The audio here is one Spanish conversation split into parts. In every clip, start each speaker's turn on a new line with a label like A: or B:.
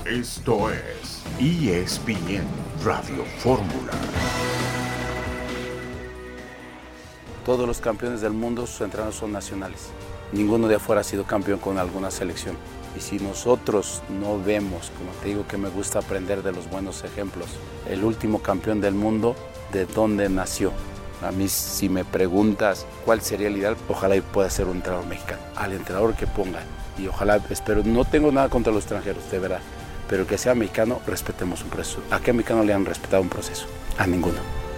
A: Esto es ESPN Radio Fórmula.
B: Todos los campeones del mundo, sus entrenadores son nacionales. Ninguno de afuera ha sido campeón con alguna selección. Y si nosotros no vemos, como te digo, que me gusta aprender de los buenos ejemplos, el último campeón del mundo, ¿de dónde nació? A mí, si me preguntas cuál sería el ideal, ojalá y pueda ser un entrenador mexicano, al entrenador que pongan. Y ojalá, espero, no tengo nada contra los extranjeros, de verdad, pero que sea mexicano, respetemos un proceso. ¿A qué mexicano le han respetado un proceso? A ninguno.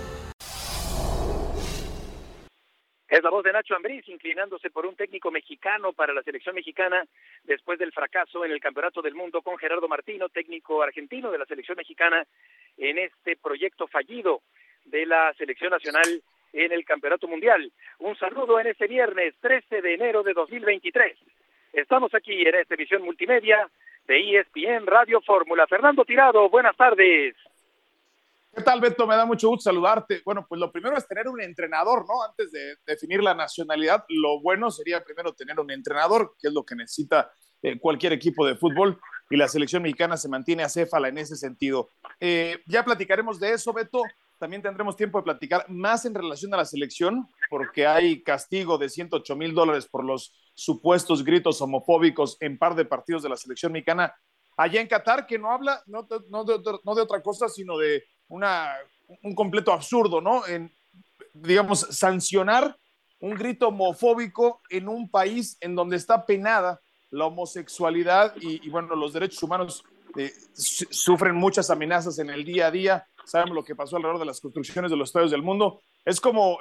C: Es la voz de Nacho Ambriz inclinándose por un técnico mexicano para la selección mexicana después del fracaso en el Campeonato del Mundo con Gerardo Martino, técnico argentino de la selección mexicana, en este proyecto fallido de la selección nacional en el Campeonato Mundial. Un saludo en este viernes 13 de enero de 2023. Estamos aquí en esta edición multimedia de ESPN Radio Fórmula. Fernando Tirado, buenas tardes.
D: ¿Qué tal, Beto? Me da mucho gusto saludarte. Bueno, pues lo primero es tener un entrenador, ¿no? Antes de definir la nacionalidad, lo bueno sería primero tener un entrenador, que es lo que necesita cualquier equipo de fútbol, y la selección mexicana se mantiene acéfala en ese sentido. Ya platicaremos de eso, Beto. También tendremos tiempo de platicar más en relación a la selección, porque hay castigo de $108,000 por los supuestos gritos homofóbicos en par de partidos de la selección mexicana allá en Qatar, que no habla no de otra cosa, sino de un completo absurdo, ¿no? Digamos, sancionar un grito homofóbico en un país en donde está penada la homosexualidad y bueno, los derechos humanos sufren muchas amenazas en el día a día. Sabemos lo que pasó alrededor de las construcciones de los estadios del mundo. Es como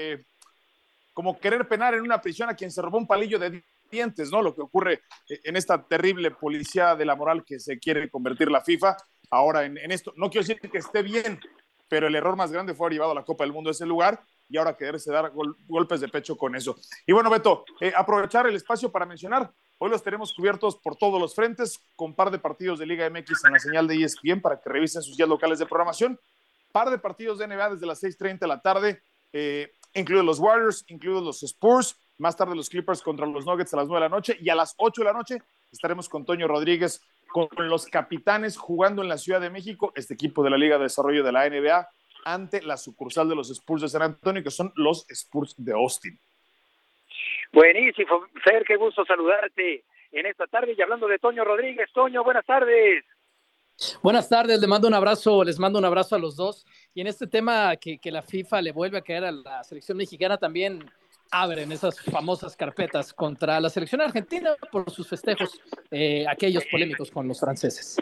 D: querer penar en una prisión a quien se robó un palillo de dientes, ¿no? Lo que ocurre en esta terrible policía de la moral que se quiere convertir la FIFA ahora en esto. No quiero decir que esté bien, pero el error más grande fue haber llevado a la Copa del Mundo a ese lugar y ahora quererse dar golpes de pecho con eso. Y bueno, Beto, aprovechar el espacio para mencionar, hoy los tenemos cubiertos por todos los frentes, con par de partidos de Liga MX en la señal de ESPN para que revisen sus guías locales de programación, par de partidos de NBA desde las 6:30 de la tarde, incluidos los Warriors, incluidos los Spurs, más tarde los Clippers contra los Nuggets a las 9 de la noche, y a las 8 de la noche estaremos con Toño Rodríguez, con los Capitanes jugando en la Ciudad de México, este equipo de la Liga de Desarrollo de la NBA, ante la sucursal de los Spurs de San Antonio, que son los Spurs de Austin.
C: Buenísimo, Fer, qué gusto saludarte en esta tarde. Y hablando de Toño Rodríguez, Toño, buenas tardes.
E: Buenas tardes, les mando un abrazo a los dos. Y en este tema que la FIFA le vuelve a caer a la selección mexicana, también abren esas famosas carpetas contra la selección argentina por sus festejos, aquellos polémicos con los franceses.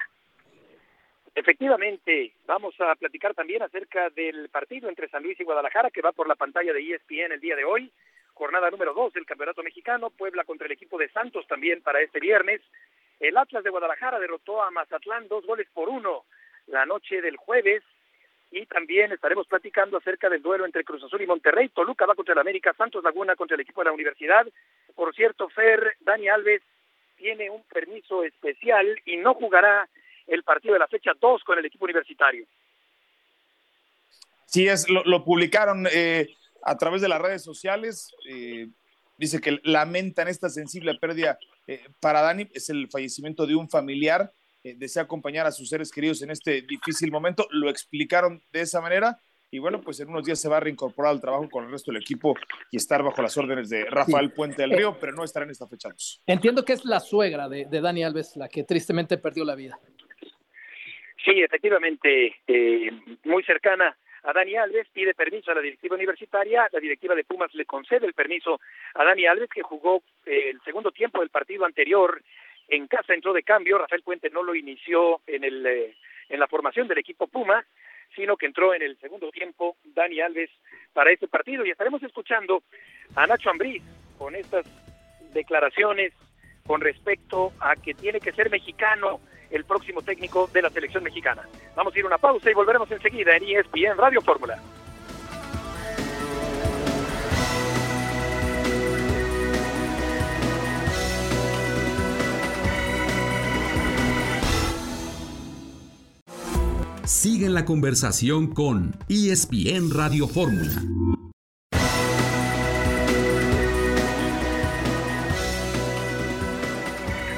C: Efectivamente, vamos a platicar también acerca del partido entre San Luis y Guadalajara, que va por la pantalla de ESPN el día de hoy, jornada número 2 del Campeonato Mexicano, Puebla contra el equipo de Santos también para este viernes. El Atlas de Guadalajara derrotó a Mazatlán 2-1 la noche del jueves, y también estaremos platicando acerca del duelo entre Cruz Azul y Monterrey. Toluca va contra el América, Santos Laguna contra el equipo de la Universidad. Por cierto, Fer, Dani Alves tiene un permiso especial y no jugará el partido de la fecha 2 con el equipo universitario.
D: Sí, lo publicaron a través de las redes sociales. Dice que lamentan esta sensible pérdida para Dani. Es el fallecimiento de un familiar. Desea acompañar a sus seres queridos en este difícil momento. Lo explicaron de esa manera. Y bueno, pues en unos días se va a reincorporar al trabajo con el resto del equipo y estar bajo las órdenes de Rafael Puente del Río, pero no estará en esta fecha 2.
E: Entiendo que es la suegra de Dani Alves la que tristemente perdió la vida.
C: Sí, efectivamente, muy cercana a Dani Alves, pide permiso a la directiva universitaria. La directiva de Pumas le concede el permiso a Dani Alves, que jugó el segundo tiempo del partido anterior en casa, entró de cambio. Rafael Puente no lo inició en la formación del equipo Puma, sino que entró en el segundo tiempo Dani Alves para este partido. Y estaremos escuchando a Nacho Ambriz con estas declaraciones con respecto a que tiene que ser mexicano el próximo técnico de la selección mexicana. Vamos a ir a una pausa y volveremos enseguida en ESPN Radio Fórmula.
F: Sigue en la conversación con ESPN Radio Fórmula.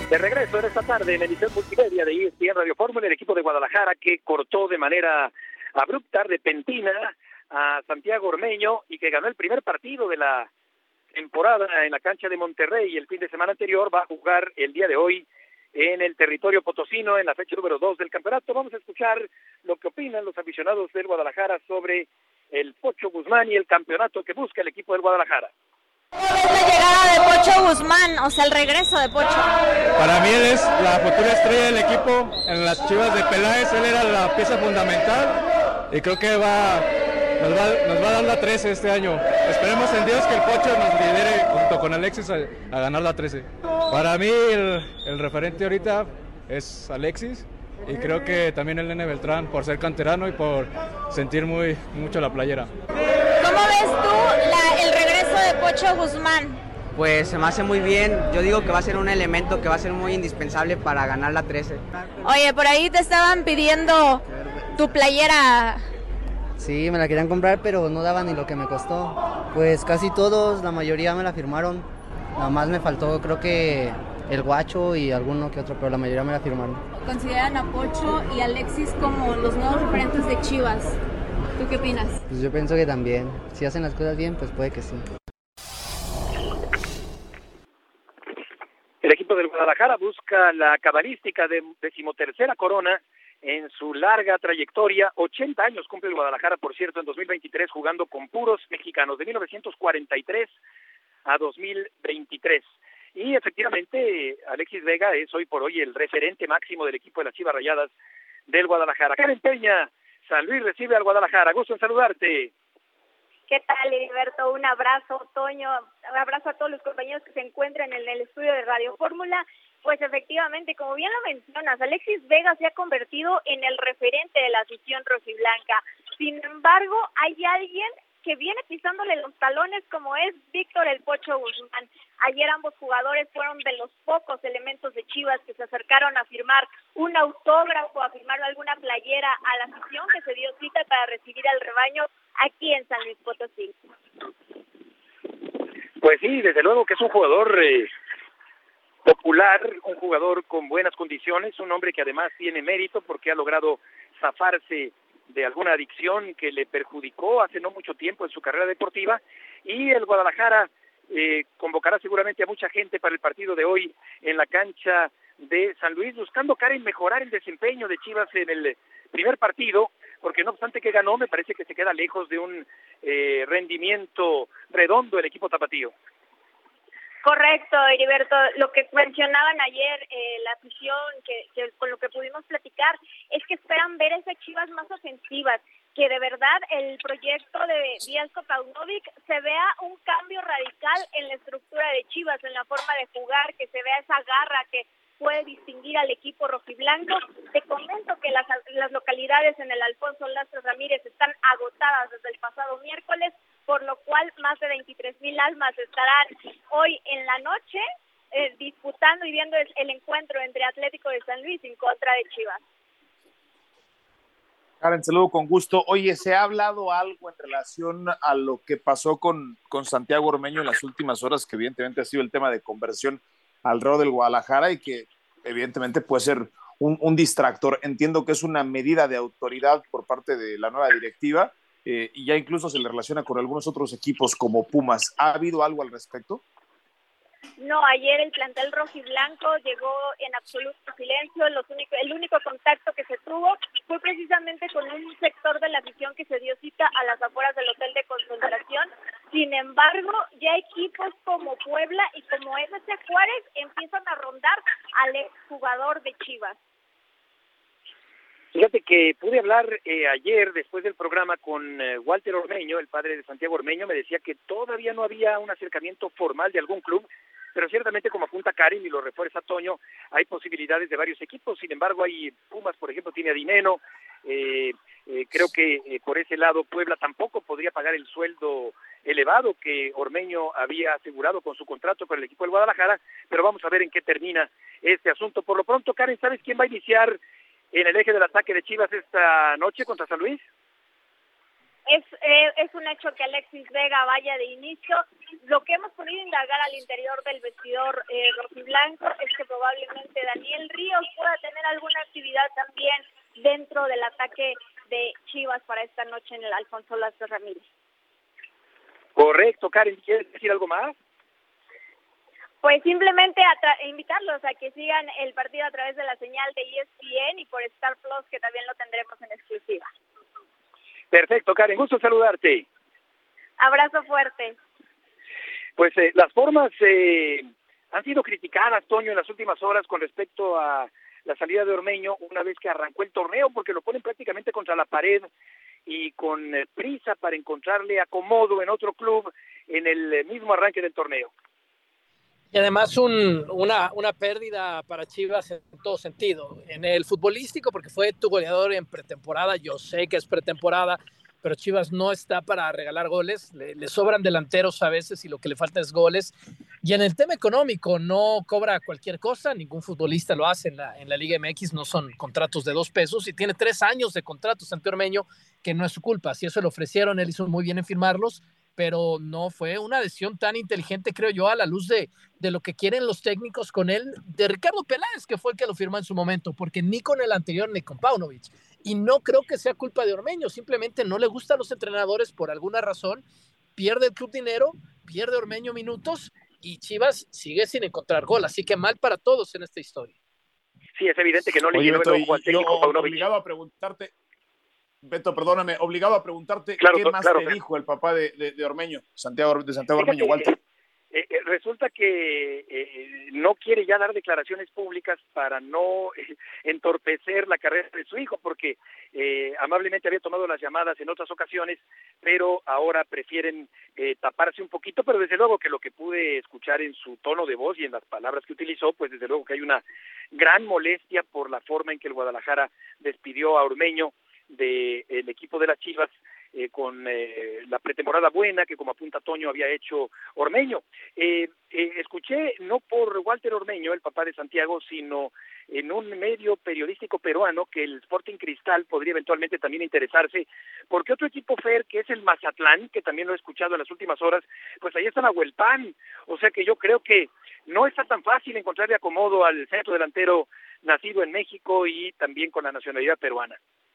C: De regreso en esta tarde en emisión multimedia de ESPN Radio Fórmula, el equipo de Guadalajara que cortó de manera abrupta, repentina, a Santiago Ormeño y que ganó el primer partido de la temporada en la cancha de Monterrey el fin de semana anterior, va a jugar el día de hoy en el territorio potosino en la fecha número 2 del campeonato. Vamos a escuchar lo que opinan los aficionados del Guadalajara sobre el Pocho Guzmán y el campeonato que busca el equipo del Guadalajara.
G: La llegada de Pocho Guzmán, o sea, el regreso de Pocho.
H: Para mí él es la futura estrella del equipo en las Chivas de Peláez, él era la pieza fundamental y creo que nos va a dar la 13 este año. Esperemos en Dios que el Pocho nos lidere junto con Alexis a ganar la 13. Para mí el referente ahorita es Alexis y creo que también el Nene Beltrán por ser canterano y por sentir mucho la playera.
G: ¿Cómo ves tú el regreso de Pocho Guzmán?
I: Pues se me hace muy bien, yo digo que va a ser un elemento que va a ser muy indispensable para ganar la 13.
G: Oye, por ahí te estaban pidiendo tu playera.
J: Sí, me la querían comprar, pero no daban ni lo que me costó. Pues casi todos, la mayoría me la firmaron. Nada más me faltó, creo que el Guacho y alguno que otro, pero la mayoría me la firmaron.
K: Consideran a Pocho y Alexis como los nuevos referentes de Chivas. ¿Tú qué opinas?
J: Pues yo pienso que también. Si hacen las cosas bien, pues puede que sí.
C: El equipo del Guadalajara busca la cabalística de 13ª corona en su larga trayectoria. 80 años cumple el Guadalajara, por cierto, en 2023, jugando con puros mexicanos, de 1943 a 2023. Y efectivamente, Alexis Vega es hoy por hoy el referente máximo del equipo de las Chivas Rayadas del Guadalajara. Karen Peña, San Luis recibe al Guadalajara. Gusto en saludarte.
L: ¿Qué tal, Heriberto? Un abrazo, Toño. Un abrazo a todos los compañeros que se encuentran en el estudio de Radio Fórmula. Pues efectivamente, como bien lo mencionas, Alexis Vega se ha convertido en el referente de la afición rojiblanca. Sin embargo, hay alguien que viene pisándole los talones, como es Víctor el Pocho Guzmán. Ayer ambos jugadores fueron de los pocos elementos de Chivas que se acercaron a firmar un autógrafo, a firmar alguna playera a la afición que se dio cita para recibir al rebaño aquí en San Luis Potosí.
C: Pues sí, desde luego que es un jugador popular, un jugador con buenas condiciones, un hombre que además tiene mérito porque ha logrado zafarse de alguna adicción que le perjudicó hace no mucho tiempo en su carrera deportiva, y el Guadalajara convocará seguramente a mucha gente para el partido de hoy en la cancha de San Luis, buscando, Karen, mejorar el desempeño de Chivas en el primer partido, porque no obstante que ganó, me parece que se queda lejos de un rendimiento redondo el equipo tapatío.
L: Correcto, Heriberto. Lo que mencionaban ayer la afición, que con lo que pudimos platicar, es que esperan ver esas Chivas más ofensivas, que de verdad el proyecto de Vlatko Paunovic se vea un cambio radical en la estructura de Chivas, en la forma de jugar, que se vea esa garra que puede distinguir al equipo rojiblanco. Te comento que las localidades en el Alfonso Lastras Ramírez están agotadas desde el pasado miércoles, por lo cual más de 23,000 almas estarán hoy en la noche disputando y viendo el encuentro entre Atlético de San Luis en contra de Chivas.
D: Karen, saludo con gusto. Oye, ¿se ha hablado algo en relación a lo que pasó con Santiago Ormeño en las últimas horas, que evidentemente ha sido el tema de conversión alrededor del Guadalajara y que evidentemente puede ser un distractor? Entiendo que es una medida de autoridad por parte de la nueva directiva y ya incluso se le relaciona con algunos otros equipos como Pumas. ¿Ha habido algo al respecto?
L: No, ayer el plantel rojiblanco llegó en absoluto silencio. El único contacto que se tuvo fue precisamente con un sector de la afición que se dio cita a las afueras del hotel de concentración. Sin embargo, ya equipos como Puebla y como FC Juárez empiezan a rondar al exjugador de Chivas.
C: Fíjate que pude hablar ayer, después del programa, con Walter Ormeño, el padre de Santiago Ormeño. Me decía que todavía no había un acercamiento formal de algún club, pero ciertamente, como apunta Karen y lo refuerza Toño, hay posibilidades de varios equipos. Sin embargo, hay Pumas, por ejemplo, tiene a Dineno. Creo que por ese lado Puebla tampoco podría pagar el sueldo elevado que Ormeño había asegurado con su contrato con el equipo del Guadalajara, pero vamos a ver en qué termina este asunto. Por lo pronto, Karen, ¿sabes quién va a iniciar en el eje del ataque de Chivas esta noche contra San Luis?
L: Es un hecho que Alexis Vega vaya de inicio. Lo que hemos podido indagar al interior del vestidor rojiblanco es que probablemente Daniel Ríos pueda tener alguna actividad también dentro del ataque de Chivas para esta noche en el Alfonso Lastro Ramírez.
C: Correcto, Karen, ¿quieres decir algo más?
L: Pues simplemente invitarlos a que sigan el partido a través de la señal de ESPN y por Star Plus, que también lo tendremos en exclusiva.
C: Perfecto, Karen, gusto saludarte.
L: Abrazo fuerte.
C: Pues las formas han sido criticadas, Toño, en las últimas horas con respecto a la salida de Ormeño una vez que arrancó el torneo, porque lo ponen prácticamente contra la pared y con prisa para encontrarle acomodo en otro club en el mismo arranque del torneo.
E: Y además una pérdida para Chivas en todo sentido. En el futbolístico, porque fue tu goleador en pretemporada, yo sé que es pretemporada, pero Chivas no está para regalar goles, le sobran delanteros a veces y lo que le falta es goles. Y en el tema económico no cobra cualquier cosa, ningún futbolista lo hace en la Liga MX, no son contratos de 2 pesos y tiene 3 años de contrato Santi Ormeño, que no es su culpa. Si eso le ofrecieron, él hizo muy bien en firmarlos, pero no fue una decisión tan inteligente, creo yo, a la luz de lo que quieren los técnicos con él, de Ricardo Peláez, que fue el que lo firmó en su momento, porque ni con el anterior ni con Paunovic. Y no creo que sea culpa de Ormeño, simplemente no le gustan los entrenadores por alguna razón, pierde el club dinero, pierde Ormeño minutos y Chivas sigue sin encontrar gol, así que mal para todos en esta historia.
C: Sí, es evidente que no le llegó el ojo al técnico Paunovic.
D: Obligado a preguntarte, Beto, perdóname, obligado a preguntarte
C: claro,
D: qué más
C: claro,
D: te dijo el papá de Ormeño, Santiago Ormeño, Walter.
C: Resulta que no quiere ya dar declaraciones públicas para no entorpecer la carrera de su hijo, porque amablemente había tomado las llamadas en otras ocasiones, pero ahora prefieren taparse un poquito, pero desde luego que lo que pude escuchar en su tono de voz y en las palabras que utilizó, pues desde luego que hay una gran molestia por la forma en que el Guadalajara despidió a Ormeño del equipo de las Chivas, con la pretemporada buena que, como apunta Toño, había hecho Ormeño. Escuché, no por Walter Ormeño, el papá de Santiago, sino en un medio periodístico peruano, que el Sporting Cristal podría eventualmente también interesarse, porque otro equipo, Fer, que es el Mazatlán, que también lo he escuchado en las últias horas, pues ahí está Nahuelpan. O sea que yo creo que no está tan fácil encontrarle acomodo al centro delantero nacido en México y también con la nacionalidad peruana.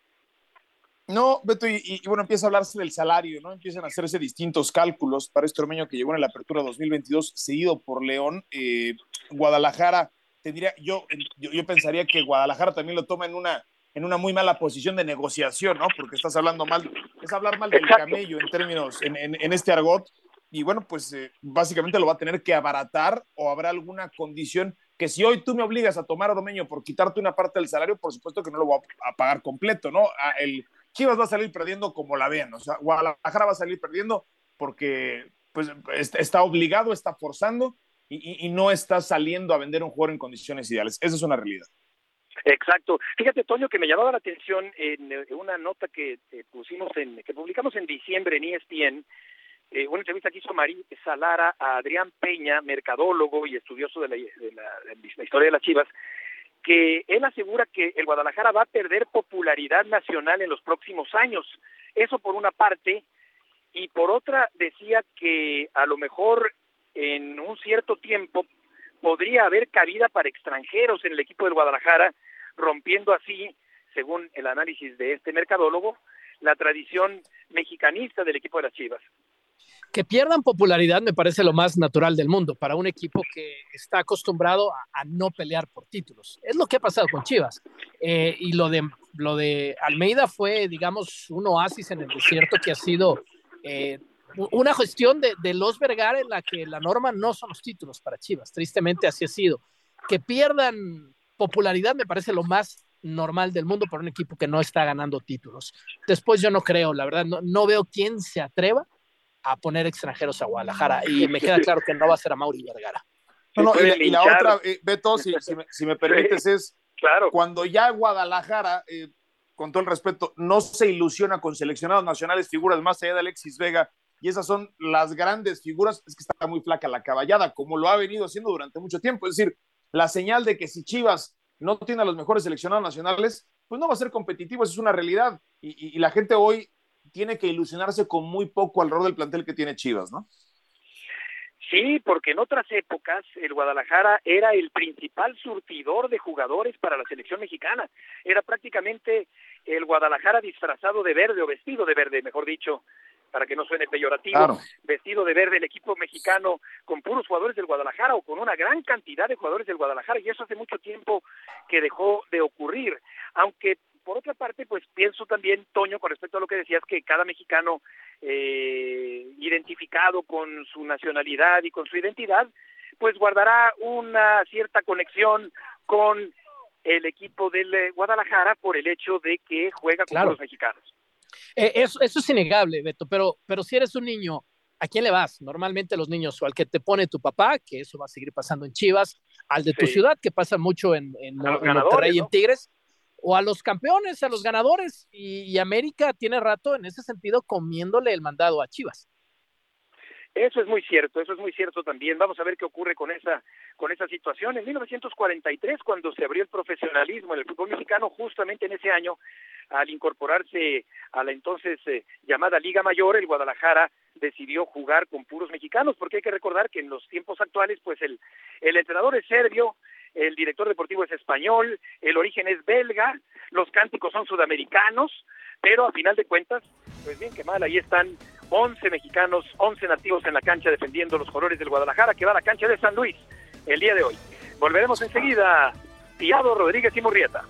D: No, Beto, y bueno, empieza a hablarse del salario, ¿no? Empiezan a hacerse distintos cálculos para este Ormeño que llegó en la apertura 2022, seguido por León. Guadalajara tendría, yo pensaría que Guadalajara también lo toma en una muy mala posición de negociación, ¿no? Porque es hablar mal del camello en términos, en este argot, y bueno, pues básicamente lo va a tener que abaratar, o habrá alguna condición que si hoy tú me obligas a tomar a Ormeño por quitarte una parte del salario, por supuesto que no lo voy a pagar completo, ¿no? El Chivas va a salir perdiendo como la vean, o sea, Guadalajara va a salir perdiendo porque pues está obligado, está forzando y no está saliendo a vender un jugador en condiciones ideales. Esa es una realidad.
C: Exacto. Fíjate, Toño, que me llamaba la atención en una nota que que publicamos en diciembre en ESPN, una entrevista que hizo Marí Salara a Adrián Peña, mercadólogo y estudioso de la historia de las Chivas, que él asegura que el Guadalajara va a perder popularidad nacional en los próximos años. Eso por una parte, y por otra decía que a lo mejor en un cierto tiempo podría haber cabida para extranjeros en el equipo del Guadalajara, rompiendo así, según el análisis de este mercadólogo, la tradición mexicanista del equipo de las Chivas.
E: Que pierdan popularidad me parece lo más natural del mundo para un equipo que está acostumbrado a no pelear por títulos. Es lo que ha pasado con Chivas. Y lo de Almeida fue, digamos, un oasis en el desierto que ha sido una gestión de los Vergara en la que la norma no son los títulos para Chivas. Tristemente así ha sido. Que pierdan popularidad me parece lo más normal del mundo para un equipo que no está ganando títulos. Después yo no creo, la verdad, no veo quién se atreva a poner extranjeros a Guadalajara, y me queda claro que no va a ser a Mauri Vergara.
D: No, y la otra, Beto, si me permites, es
C: claro,
D: cuando ya Guadalajara, con todo el respeto, no se ilusiona con seleccionados nacionales, figuras más allá de Alexis Vega, y esas son las grandes figuras, es que está muy flaca la caballada, como lo ha venido haciendo durante mucho tiempo. Es decir, la señal de que si Chivas no tiene a los mejores seleccionados nacionales, pues no va a ser competitivo, eso es una realidad, y la gente hoy tiene que ilusionarse con muy poco alrededor del plantel que tiene Chivas, ¿no?
C: Sí, porque en otras épocas el Guadalajara era el principal surtidor de jugadores para la selección mexicana. Era prácticamente el Guadalajara disfrazado de verde, o vestido de verde, mejor dicho, para que no suene peyorativo, claro. Vestido de verde el equipo mexicano con puros jugadores del Guadalajara o con una gran cantidad de jugadores del Guadalajara, y eso hace mucho tiempo que dejó de ocurrir. Aunque por otra parte, pues pienso también, Toño, con respecto a lo que decías, que cada mexicano identificado con su nacionalidad y con su identidad, pues guardará una cierta conexión con el equipo del Guadalajara por el hecho de que juega con los mexicanos.
E: Eso es innegable, Beto, pero si eres un niño, ¿a quién le vas? Normalmente los niños, o al que te pone tu papá, que eso va a seguir pasando en Chivas, al de tu ciudad, que pasa mucho en Monterrey y en Tigres, o a los campeones, a los ganadores, y América tiene rato en ese sentido comiéndole el mandado a Chivas.
C: Eso es muy cierto también. Vamos a ver qué ocurre con esa situación. En 1943, cuando se abrió el profesionalismo en el fútbol mexicano, justamente en ese año, al incorporarse a la entonces llamada Liga Mayor, el Guadalajara decidió jugar con puros mexicanos, porque hay que recordar que en los tiempos actuales, pues el entrenador es serbio, el director deportivo es español, el origen es belga, los cánticos son sudamericanos, pero a final de cuentas, pues bien que mal, ahí están 11 mexicanos, 11 nativos en la cancha defendiendo los colores del Guadalajara, que va a la cancha de San Luis el día de hoy. Volveremos enseguida, Tiago, Rodríguez y Murrieta.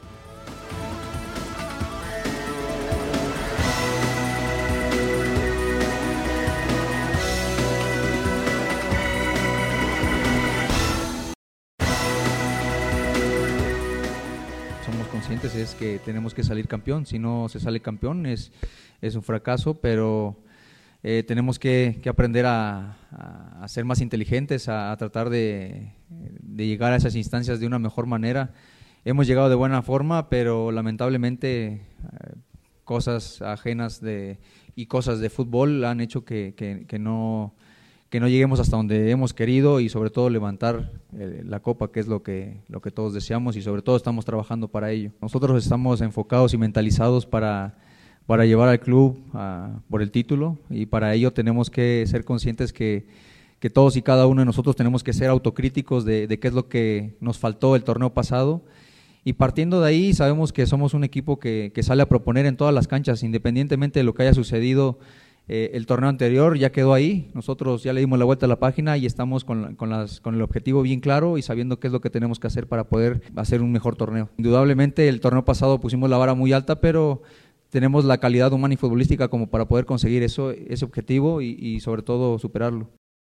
M: Conscientes es que tenemos que salir campeón. Si no se sale campeón es un fracaso, pero tenemos que aprender a ser más inteligentes, a tratar de llegar a esas instancias de una mejor manera. Hemos llegado de buena forma, pero lamentablemente cosas ajenas y cosas de fútbol han hecho que no lleguemos hasta donde hemos querido, y sobre todo levantar la copa, que es lo que todos deseamos, y sobre todo estamos trabajando para ello. Nosotros estamos enfocados y mentalizados para llevar al club por el título, y para ello tenemos que ser conscientes que todos y cada uno de nosotros tenemos que ser autocríticos de qué es lo que nos faltó el torneo pasado, y partiendo de ahí sabemos que somos un equipo que sale a proponer en todas las canchas, independientemente de lo que haya sucedido. El torneo anterior ya quedó ahí, nosotros ya le dimos la vuelta a la página y estamos con el objetivo bien claro y sabiendo qué es lo que tenemos que hacer para poder hacer un mejor torneo. Indudablemente el torneo pasado pusimos la vara muy alta, pero tenemos la calidad humana y futbolística como para poder conseguir ese objetivo y sobre todo superarlo.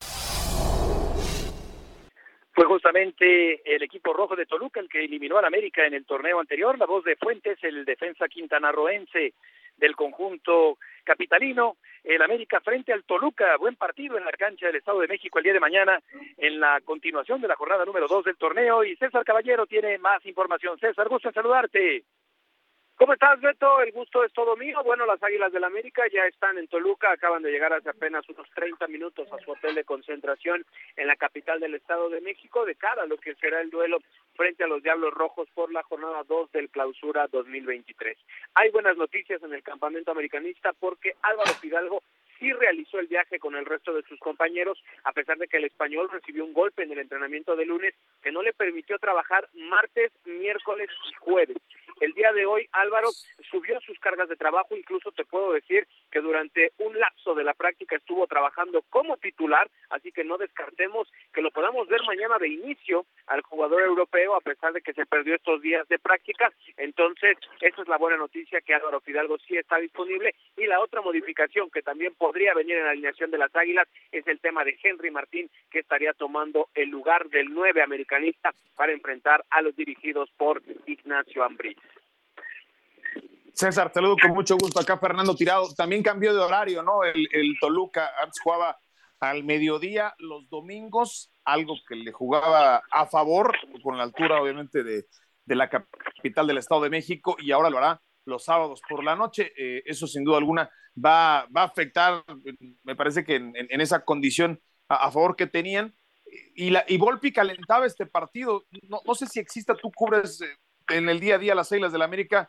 C: Fue justamente el equipo rojo de Toluca el que eliminó al América en el torneo anterior. La voz de Fuentes, el defensa quintanarroense del conjunto capitalino. El América frente al Toluca, buen partido en la cancha del Estado de México el día de mañana en la continuación de la jornada número 2 del torneo, y César Caballero tiene más información. César, gusto en saludarte.
N: ¿Cómo estás, Beto? El gusto es todo mío. Bueno, las Águilas del América ya están en Toluca, acaban de llegar hace apenas unos 30 minutos a su hotel de concentración en la capital del Estado de México, de cara a lo que será el duelo frente a los Diablos Rojos por la jornada 2 del Clausura 2023. Hay buenas noticias en el campamento americanista porque Álvaro Fidalgo sí realizó el viaje con el resto de sus compañeros, a pesar de que el español recibió un golpe en el entrenamiento de lunes que no le permitió trabajar martes, miércoles y jueves. El día de hoy Álvaro subió sus cargas de trabajo, incluso te puedo decir que durante un lapso de la práctica estuvo trabajando como titular, así que no descartemos que lo podamos ver mañana de inicio al jugador europeo, a pesar de que se perdió estos días de práctica. Entonces, esa es la buena noticia, que Álvaro Fidalgo sí está disponible, y la otra modificación que también podría venir en la alineación de las Águilas es el tema de Henry Martín, que estaría tomando el lugar del 9 americanista para enfrentar a los dirigidos por Ignacio Ambriz.
D: César, te saludo con mucho gusto. Acá Fernando Tirado. También cambió de horario, ¿no? El Toluca antes jugaba al mediodía los domingos, algo que le jugaba a favor, con la altura obviamente de la capital del Estado de México, y ahora lo hará los sábados por la noche. Eso sin duda alguna va a afectar, me parece que en esa condición a favor que tenían. Y Volpi calentaba este partido. No sé si exista, tú cubres en el día a día las Águilas del América,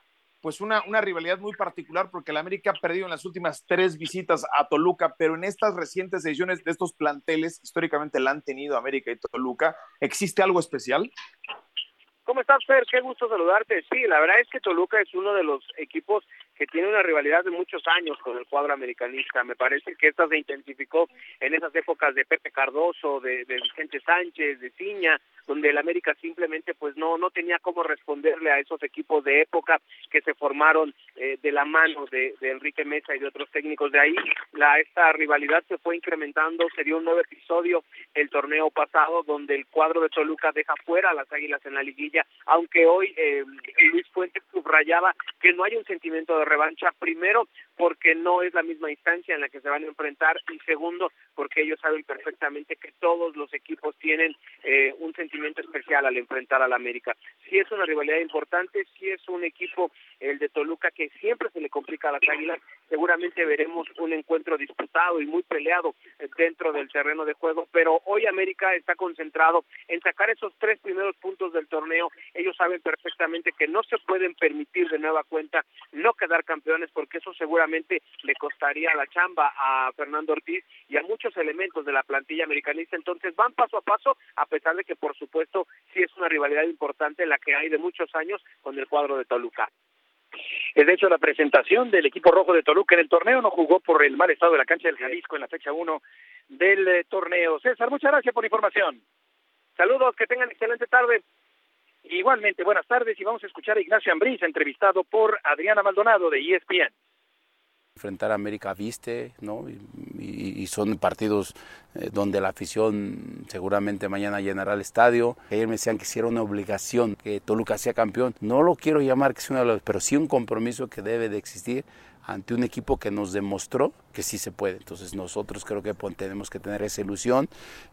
D: pues una rivalidad muy particular porque el América ha perdido en las últimas 3 visitas a Toluca, pero en estas recientes ediciones de estos planteles, históricamente la han tenido América y Toluca. ¿Existe algo especial?
N: ¿Cómo estás, Fer? Qué gusto saludarte. Sí, la verdad es que Toluca es uno de los equipos que tiene una rivalidad de muchos años con el cuadro americanista. Me parece que esta se intensificó en esas épocas de Pepe Cardoso, de Vicente Sánchez, de Ciña, donde el América simplemente pues no tenía cómo responderle a esos equipos de época que se formaron de la mano de Enrique Mesa y de otros técnicos. De ahí esta rivalidad se fue incrementando. Se dio un nuevo episodio el torneo pasado donde el cuadro de Toluca deja fuera a las Águilas en la liguilla, aunque hoy Luis Fuentes subrayaba que no hay un sentimiento de revancha, primero porque no es la misma instancia en la que se van a enfrentar, y segundo porque ellos saben perfectamente que todos los equipos tienen un sentimiento especial al enfrentar al América. Sí es una rivalidad importante, sí es un equipo, el de Toluca, que siempre se le complica a las Águilas. Seguramente veremos un encuentro disputado y muy peleado dentro del terreno de juego, pero hoy América está concentrado en sacar esos 3 primeros puntos del torneo. Ellos saben perfectamente que no se pueden permitir de nueva cuenta no quedar campeones, porque eso seguramente le costaría la chamba a Fernando Ortiz y a muchos elementos de la plantilla americanista. Entonces van paso a paso, a pesar de que por supuesto sí es una rivalidad importante la que hay de muchos años con el cuadro de Toluca.
C: De hecho, la presentación del equipo rojo de Toluca en el torneo no jugó por el mal estado de la cancha del Jalisco en la fecha 1 del torneo. César, muchas gracias por la información.
N: Saludos, que tengan excelente tarde.
C: Igualmente, buenas tardes, y vamos a escuchar a Ignacio Ambriz, entrevistado por Adriana Maldonado de ESPN.
B: Enfrentar a América viste, ¿no? Y son partidos donde la afición seguramente mañana llenará el estadio. Ayer me decían que si era una obligación que Toluca sea campeón. No lo quiero llamar que sea una, pero sí un compromiso que debe de existir ante un equipo que nos demostró que sí se puede. Entonces nosotros creo que tenemos que tener esa ilusión,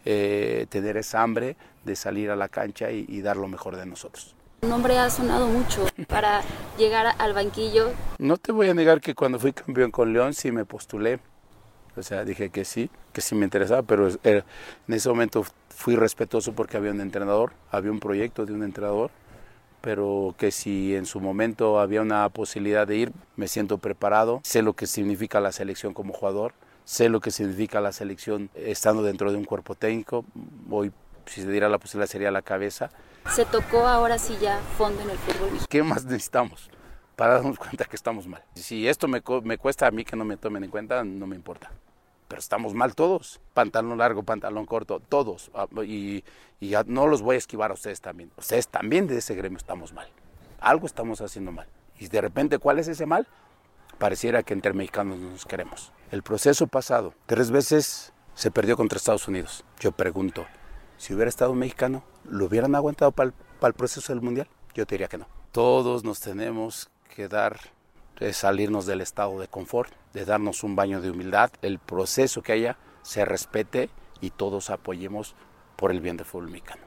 B: tener esa hambre de salir a la cancha y dar lo mejor de nosotros.
O: Tu nombre ha sonado mucho para llegar al banquillo.
B: No te voy a negar que cuando fui campeón con León sí me postulé. O sea, dije que sí me interesaba, pero en ese momento fui respetuoso porque había un entrenador, había un proyecto de un entrenador, pero que si en su momento había una posibilidad de ir, me siento preparado. Sé lo que significa la selección como jugador, sé lo que significa la selección estando dentro de un cuerpo técnico. Hoy, si se diera la posibilidad, sería la cabeza.
O: Se tocó ahora sí ya fondo en el fútbol mexicano.
B: ¿Qué más necesitamos para darnos cuenta que estamos mal? Si esto me cuesta a mí que no me tomen en cuenta, no me importa. Pero estamos mal todos. Pantalón largo, pantalón corto, todos. Y ya no los voy a esquivar a ustedes también. Ustedes también de ese gremio estamos mal. Algo estamos haciendo mal. Y de repente, ¿cuál es ese mal? Pareciera que entre mexicanos no nos queremos. El proceso pasado, 3 veces se perdió contra Estados Unidos. Yo pregunto, si hubiera estado un mexicano, ¿lo hubieran aguantado para el proceso del Mundial? Yo te diría que no. Todos nos tenemos que salirnos del estado de confort, de darnos un baño de humildad, el proceso que haya se respete y todos apoyemos por el bien del fútbol mexicano.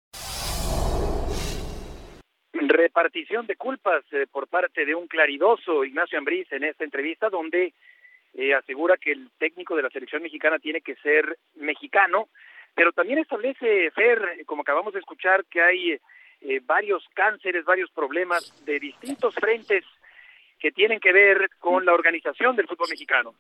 C: Repartición de culpas por parte de un claridoso Ignacio Ambriz en esta entrevista, donde asegura que el técnico de la selección mexicana tiene que ser mexicano, pero también establece, Fer, como acabamos de escuchar, que hay varios cánceres, varios problemas de distintos frentes que tienen que ver con la organización del fútbol mexicano.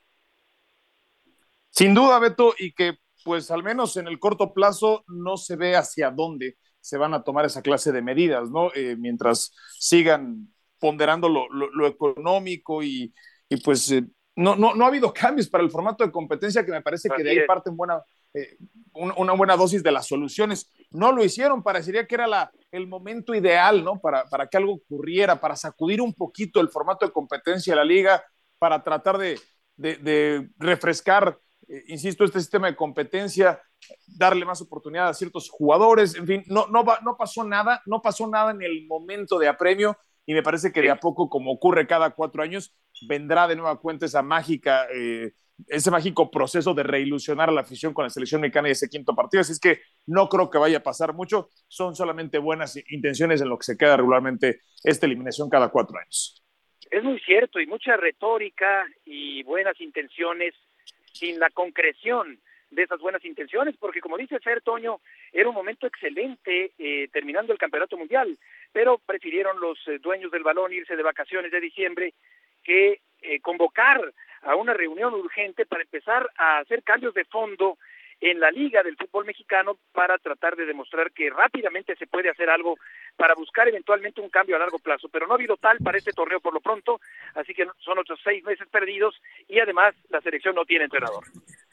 D: Sin duda, Beto, y que pues al menos en el corto plazo no se ve hacia dónde se van a tomar esa clase de medidas, ¿no? Mientras sigan ponderando lo económico y pues no ha habido cambios para el formato de competencia, que me parece que de ahí parten una buena dosis de las soluciones. No lo hicieron, parecería que era el momento ideal, ¿no? Para que algo ocurriera, para sacudir un poquito el formato de competencia de la liga, para tratar de refrescar, insisto, este sistema de competencia, darle más oportunidad a ciertos jugadores. En fin, no pasó nada en el momento de apremio, y me parece que de a poco, como ocurre cada 4 años, vendrá de nueva cuenta ese mágico proceso de reilusionar a la afición con la selección mexicana y ese 5º partido. Así es que no creo que vaya a pasar mucho, son solamente buenas intenciones en lo que se queda regularmente esta eliminación cada 4 años.
C: Es muy cierto, y mucha retórica y buenas intenciones sin la concreción de esas buenas intenciones, porque como dice Fer, Toño, era un momento excelente terminando el Campeonato Mundial, pero prefirieron los dueños del balón irse de vacaciones de diciembre que convocar a una reunión urgente para empezar a hacer cambios de fondo en la liga del fútbol mexicano para tratar de demostrar que rápidamente se puede hacer algo para buscar eventualmente un cambio a largo plazo, pero no ha habido tal para este torneo por lo pronto, así que son otros 6 meses perdidos y además la selección no tiene entrenador.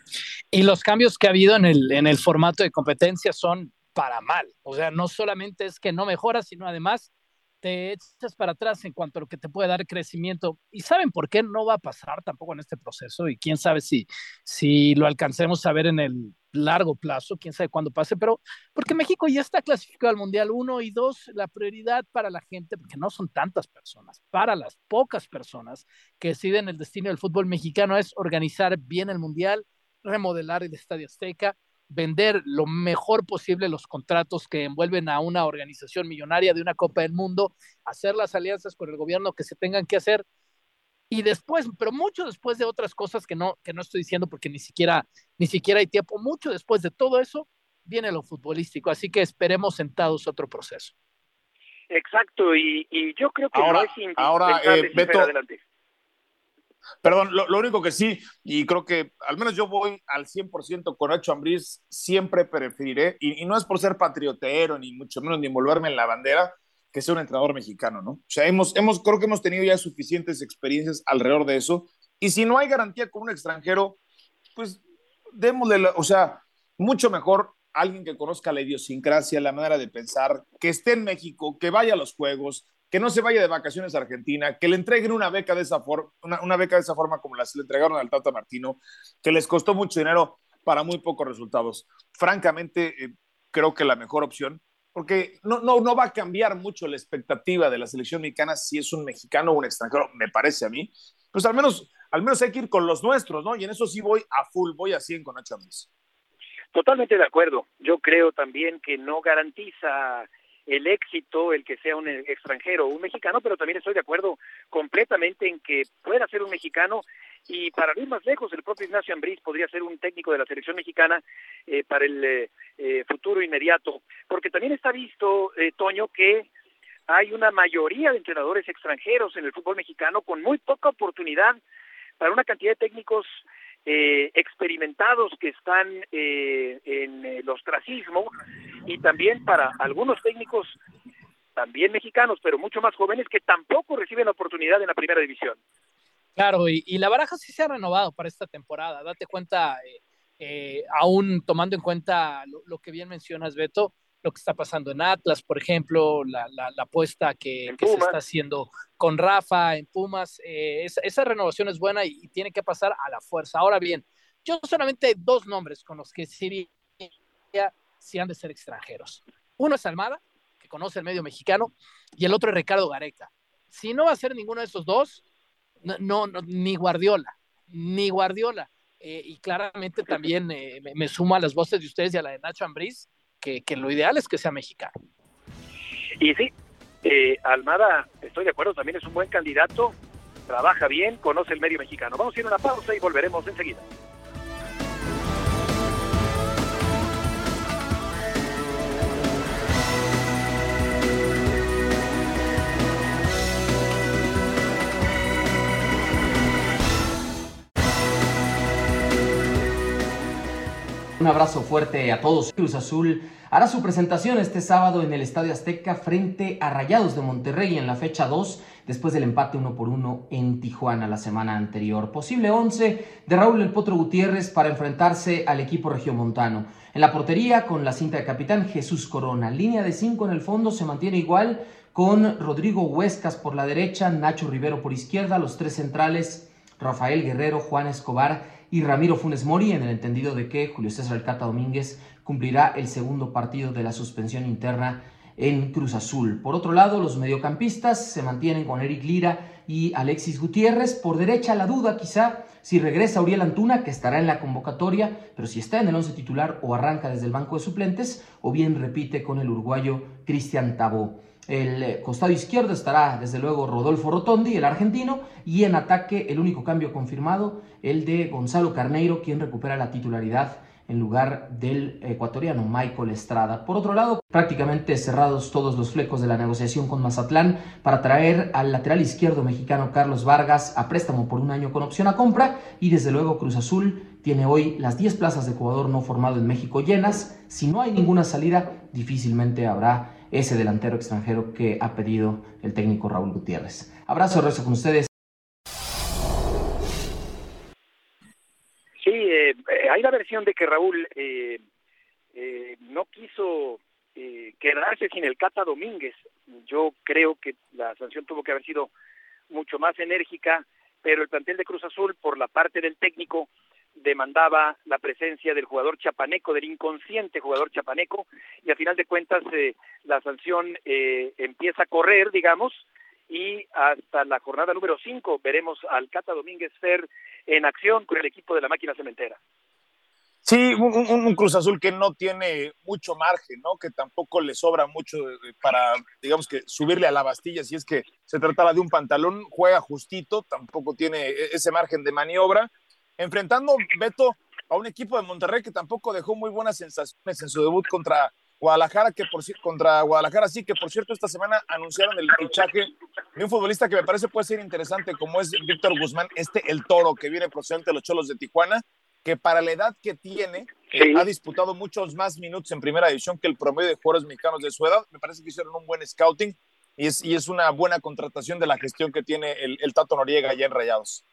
E: Y los cambios que ha habido en el formato de competencia son para mal, o sea, no solamente es que no mejora, sino además te echas para atrás en cuanto a lo que te puede dar crecimiento. ¿Y saben por qué no va a pasar tampoco en este proceso? Y quién sabe si lo alcancemos a ver en el largo plazo, quién sabe cuándo pase, pero porque México ya está clasificado al Mundial 1 y 2, la prioridad para la gente, porque no son tantas personas, para las pocas personas que deciden el destino del fútbol mexicano es organizar bien el Mundial, remodelar el Estadio Azteca, vender lo mejor posible los contratos que envuelven a una organización millonaria de una Copa del Mundo, hacer las alianzas con el gobierno que se tengan que hacer y después, pero mucho después de otras cosas que no estoy diciendo porque ni siquiera hay tiempo, mucho después de todo eso viene lo futbolístico, así que esperemos sentados otro proceso.
C: Exacto, y yo creo que
D: ahora,
C: no es indispensable.
D: Beto,
C: adelante.
D: Perdón, lo único que sí, y creo que al menos yo voy al 100% con Nacho Ambriz, siempre preferiré, y no es por ser patriotero, ni mucho menos ni envolverme en la bandera, que sea un entrenador mexicano, ¿no? O sea, creo que hemos tenido ya suficientes experiencias alrededor de eso, y si no hay garantía con un extranjero, pues démosle, mucho mejor alguien que conozca la idiosincrasia, la manera de pensar, que esté en México, que vaya a los juegos, que no se vaya de vacaciones a Argentina, que le entreguen una beca de esa forma como se le entregaron al Tata Martino, que les costó mucho dinero para muy pocos resultados. Francamente, creo que la mejor opción, porque no va a cambiar mucho la expectativa de la selección mexicana si es un mexicano o un extranjero, me parece a mí. Pues al menos hay que ir con los nuestros, ¿no? Y en eso sí voy a full, voy a 100 con Nacho Ambriz.
C: Totalmente de acuerdo. Yo creo también que no garantiza el éxito el que sea un extranjero o un mexicano, pero también estoy de acuerdo completamente en que pueda ser un mexicano, y para ir más lejos, el propio Ignacio Ambriz podría ser un técnico de la selección mexicana para el futuro inmediato, porque también está visto, Toño, que hay una mayoría de entrenadores extranjeros en el fútbol mexicano con muy poca oportunidad para una cantidad de técnicos experimentados que están en el ostracismo, y también para algunos técnicos también mexicanos, pero mucho más jóvenes, que tampoco reciben la oportunidad en la primera división.
E: Claro, y la baraja sí se ha renovado para esta temporada. Date cuenta, aún tomando en cuenta lo que bien mencionas, Beto, lo que está pasando en Atlas, por ejemplo, la apuesta que se está haciendo con Rafa en Pumas, esa renovación es buena y tiene que pasar a la fuerza. Ahora bien, yo solamente hay 2 nombres con los que sí han de ser extranjeros. Uno es Almada, que conoce el medio mexicano, y el otro es Ricardo Gareca. Si no va a ser ninguno de esos 2, no, ni Guardiola. Y claramente también me sumo a las voces de ustedes y a la de Nacho Ambriz, que lo ideal es que sea mexicano.
C: Y sí, Almada, estoy de acuerdo, también es un buen candidato, trabaja bien, conoce el medio mexicano. Vamos a ir a una pausa y volveremos enseguida.
P: Un abrazo fuerte a todos. Cruz Azul hará su presentación este sábado en el Estadio Azteca frente a Rayados de Monterrey en la fecha 2, después del empate 1-1 en Tijuana la semana anterior. Posible 11 de Raúl El Potro Gutiérrez para enfrentarse al equipo regiomontano. En la portería, con la cinta de capitán, Jesús Corona. Línea de 5 en el fondo se mantiene igual, con Rodrigo Huescas por la derecha, Nacho Rivero por izquierda, los 3 centrales, Rafael Guerrero, Juan Escobar y Ramiro Funes Mori, en el entendido de que Julio César El Cata Domínguez cumplirá el segundo partido de la suspensión interna en Cruz Azul. Por otro lado, los mediocampistas se mantienen con Eric Lira y Alexis Gutiérrez. Por derecha, la duda quizá si regresa Uriel Antuna, que estará en la convocatoria, pero si está en el 11 titular o arranca desde el banco de suplentes, o bien repite con el uruguayo Cristian Tabó. El costado izquierdo estará desde luego Rodolfo Rotondi, el argentino, y en ataque el único cambio confirmado, el de Gonzalo Carneiro, quien recupera la titularidad en lugar del ecuatoriano Michael Estrada. Por otro lado, prácticamente cerrados todos los flecos de la negociación con Mazatlán para traer al lateral izquierdo mexicano Carlos Vargas a préstamo por 1 año con opción a compra, y desde luego Cruz Azul tiene hoy las 10 plazas de jugador no formado en México llenas. Si no hay ninguna salida, difícilmente habrá ese delantero extranjero que ha pedido el técnico Raúl Gutiérrez. Abrazo, rezo con ustedes.
C: Sí, hay la versión de que Raúl no quiso quedarse sin el Cata Domínguez. Yo creo que la sanción tuvo que haber sido mucho más enérgica, pero el plantel de Cruz Azul, por la parte del técnico, demandaba la presencia del jugador chapaneco, del inconsciente jugador chapaneco, y a final de cuentas la sanción empieza a correr, digamos, y hasta la jornada número 5 veremos al Cata Domínguez Fer en acción con el equipo de la Máquina Cementera.
D: Sí, un Cruz Azul que no tiene mucho margen, ¿no? Que tampoco le sobra mucho para, digamos, que subirle a la Bastilla si es que se tratara de un pantalón, juega justito, tampoco tiene ese margen de maniobra, enfrentando, Beto, a un equipo de Monterrey que tampoco dejó muy buenas sensaciones en su debut contra Guadalajara, que por cierto esta semana anunciaron el fichaje de un futbolista que me parece puede ser interesante, como es Víctor Guzmán, el Toro, que viene procedente de los Cholos de Tijuana, que para la edad que tiene, ha disputado muchos más minutos en primera división que el promedio de jugadores mexicanos de su edad. Me parece que hicieron un buen scouting y es una buena contratación de la gestión que tiene el Tato Noriega allá en Rayados.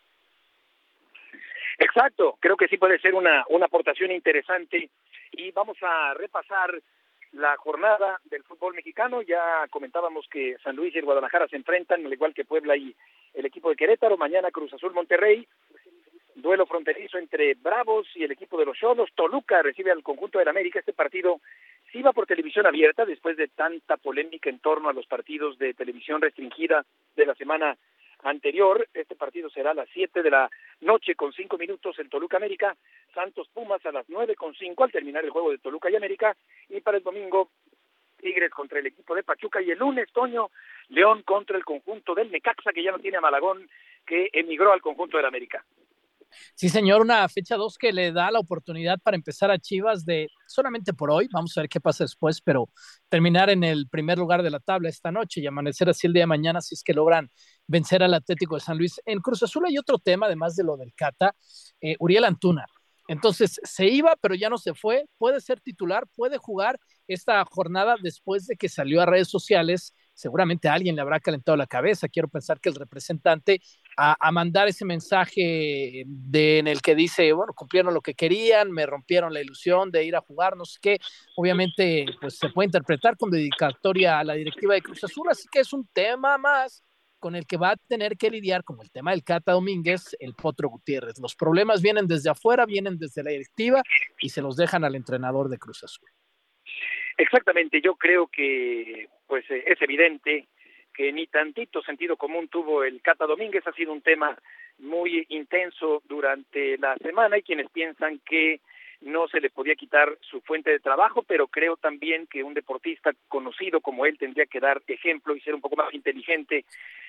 C: Exacto, creo que sí puede ser una aportación interesante, y vamos a repasar la jornada del fútbol mexicano. Ya comentábamos que San Luis y el Guadalajara se enfrentan, al igual que Puebla y el equipo de Querétaro. Mañana Cruz Azul Monterrey, duelo fronterizo entre Bravos y el equipo de los Xolos. Toluca recibe al conjunto del América. Este partido sí va por televisión abierta después de tanta polémica en torno a los partidos de televisión restringida de la semana anterior. Este partido será a las 7 de la noche con 5 minutos en Toluca América. Santos Pumas a las 9:05 al terminar el juego de Toluca y América. Y para el domingo, Tigres contra el equipo de Pachuca, y el lunes, Toño, León contra el conjunto del Necaxa, que ya no tiene a Malagón, que emigró al conjunto del América.
E: Sí, señor, una fecha 2 que le da la oportunidad para empezar a Chivas de solamente por hoy, vamos a ver qué pasa después, pero terminar en el primer lugar de la tabla esta noche y amanecer así el día de mañana si es que logran vencer al Atlético de San Luis. En Cruz Azul hay otro tema, además de lo del Cata, Uriel Antuna. Entonces se iba, pero ya no se fue, puede ser titular, puede jugar esta jornada después de que salió a redes sociales. Seguramente a alguien le habrá calentado la cabeza, quiero pensar que el representante, a mandar ese mensaje en el que dice, bueno, cumplieron lo que querían, me rompieron la ilusión de ir a jugar, no sé qué. Obviamente, pues se puede interpretar con dedicatoria a la directiva de Cruz Azul, así que es un tema más con el que va a tener que lidiar, como el tema del Cata Domínguez, el Potro Gutiérrez. Los problemas vienen desde afuera, vienen desde la directiva y se los dejan al entrenador de Cruz Azul.
C: Exactamente, yo creo que pues es evidente que ni tantito sentido común tuvo el Cata Domínguez. Ha sido un tema muy intenso durante la semana. Hay quienes piensan que no se le podía quitar su fuente de trabajo, pero creo también que un deportista conocido como él tendría que dar ejemplo y ser un poco más inteligente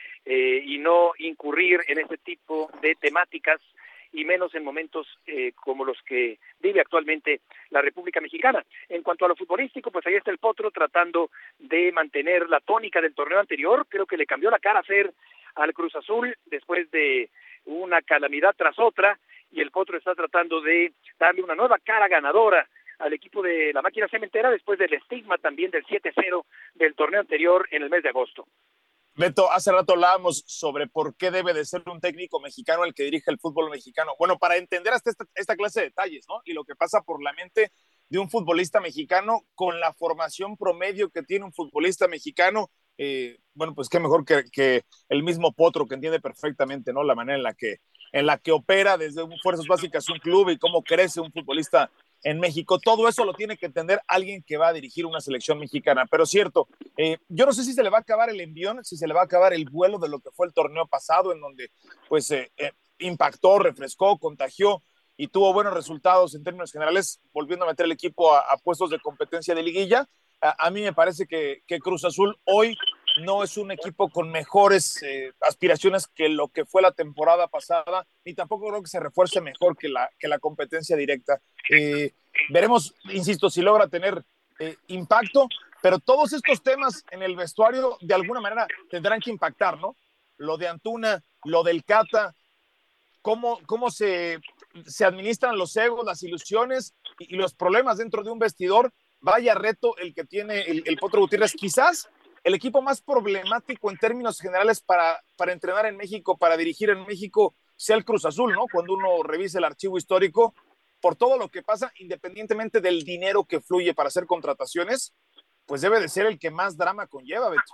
C: y no incurrir en ese tipo de temáticas, y menos en momentos como los que vive actualmente la República Mexicana. En cuanto a lo futbolístico, pues ahí está el Potro tratando de mantener la tónica del torneo anterior. Creo que le cambió la cara a Fer al Cruz Azul después de una calamidad tras otra, y el Potro está tratando de darle una nueva cara ganadora al equipo de la Máquina Cementera después del estigma también del 7-0 del torneo anterior en el mes de agosto.
D: Beto, hace rato hablábamos sobre por qué debe de ser un técnico mexicano el que dirige el fútbol mexicano. Bueno, para entender hasta esta clase de detalles, ¿no? Y lo que pasa por la mente de un futbolista mexicano con la formación promedio que tiene un futbolista mexicano, bueno, pues qué mejor que el mismo Potro, que entiende perfectamente, ¿no? La manera en la que opera desde Fuerzas Básicas un club y cómo crece un futbolista en México. Todo eso lo tiene que entender alguien que va a dirigir una selección mexicana. Pero cierto, yo no sé si se le va a acabar el envión, si se le va a acabar el vuelo de lo que fue el torneo pasado, en donde pues impactó, refrescó, contagió y tuvo buenos resultados en términos generales, volviendo a meter el equipo a puestos de competencia de liguilla. A mí me parece que Cruz Azul hoy no es un equipo con mejores aspiraciones que lo que fue la temporada pasada, ni tampoco creo que se refuerce mejor que la competencia directa. Veremos, insisto, si logra tener impacto, pero todos estos temas en el vestuario de alguna manera tendrán que impactar, ¿no? Lo de Antuna, lo del Cata, cómo se administran los egos, las ilusiones y los problemas dentro de un vestidor. Vaya reto el que tiene el Potro Gutiérrez, quizás el equipo más problemático en términos generales para entrenar en México, para dirigir en México, sea el Cruz Azul, ¿no? Cuando uno revisa el archivo histórico, por todo lo que pasa, independientemente del dinero que fluye para hacer contrataciones, pues debe de ser el que más drama conlleva, Beto.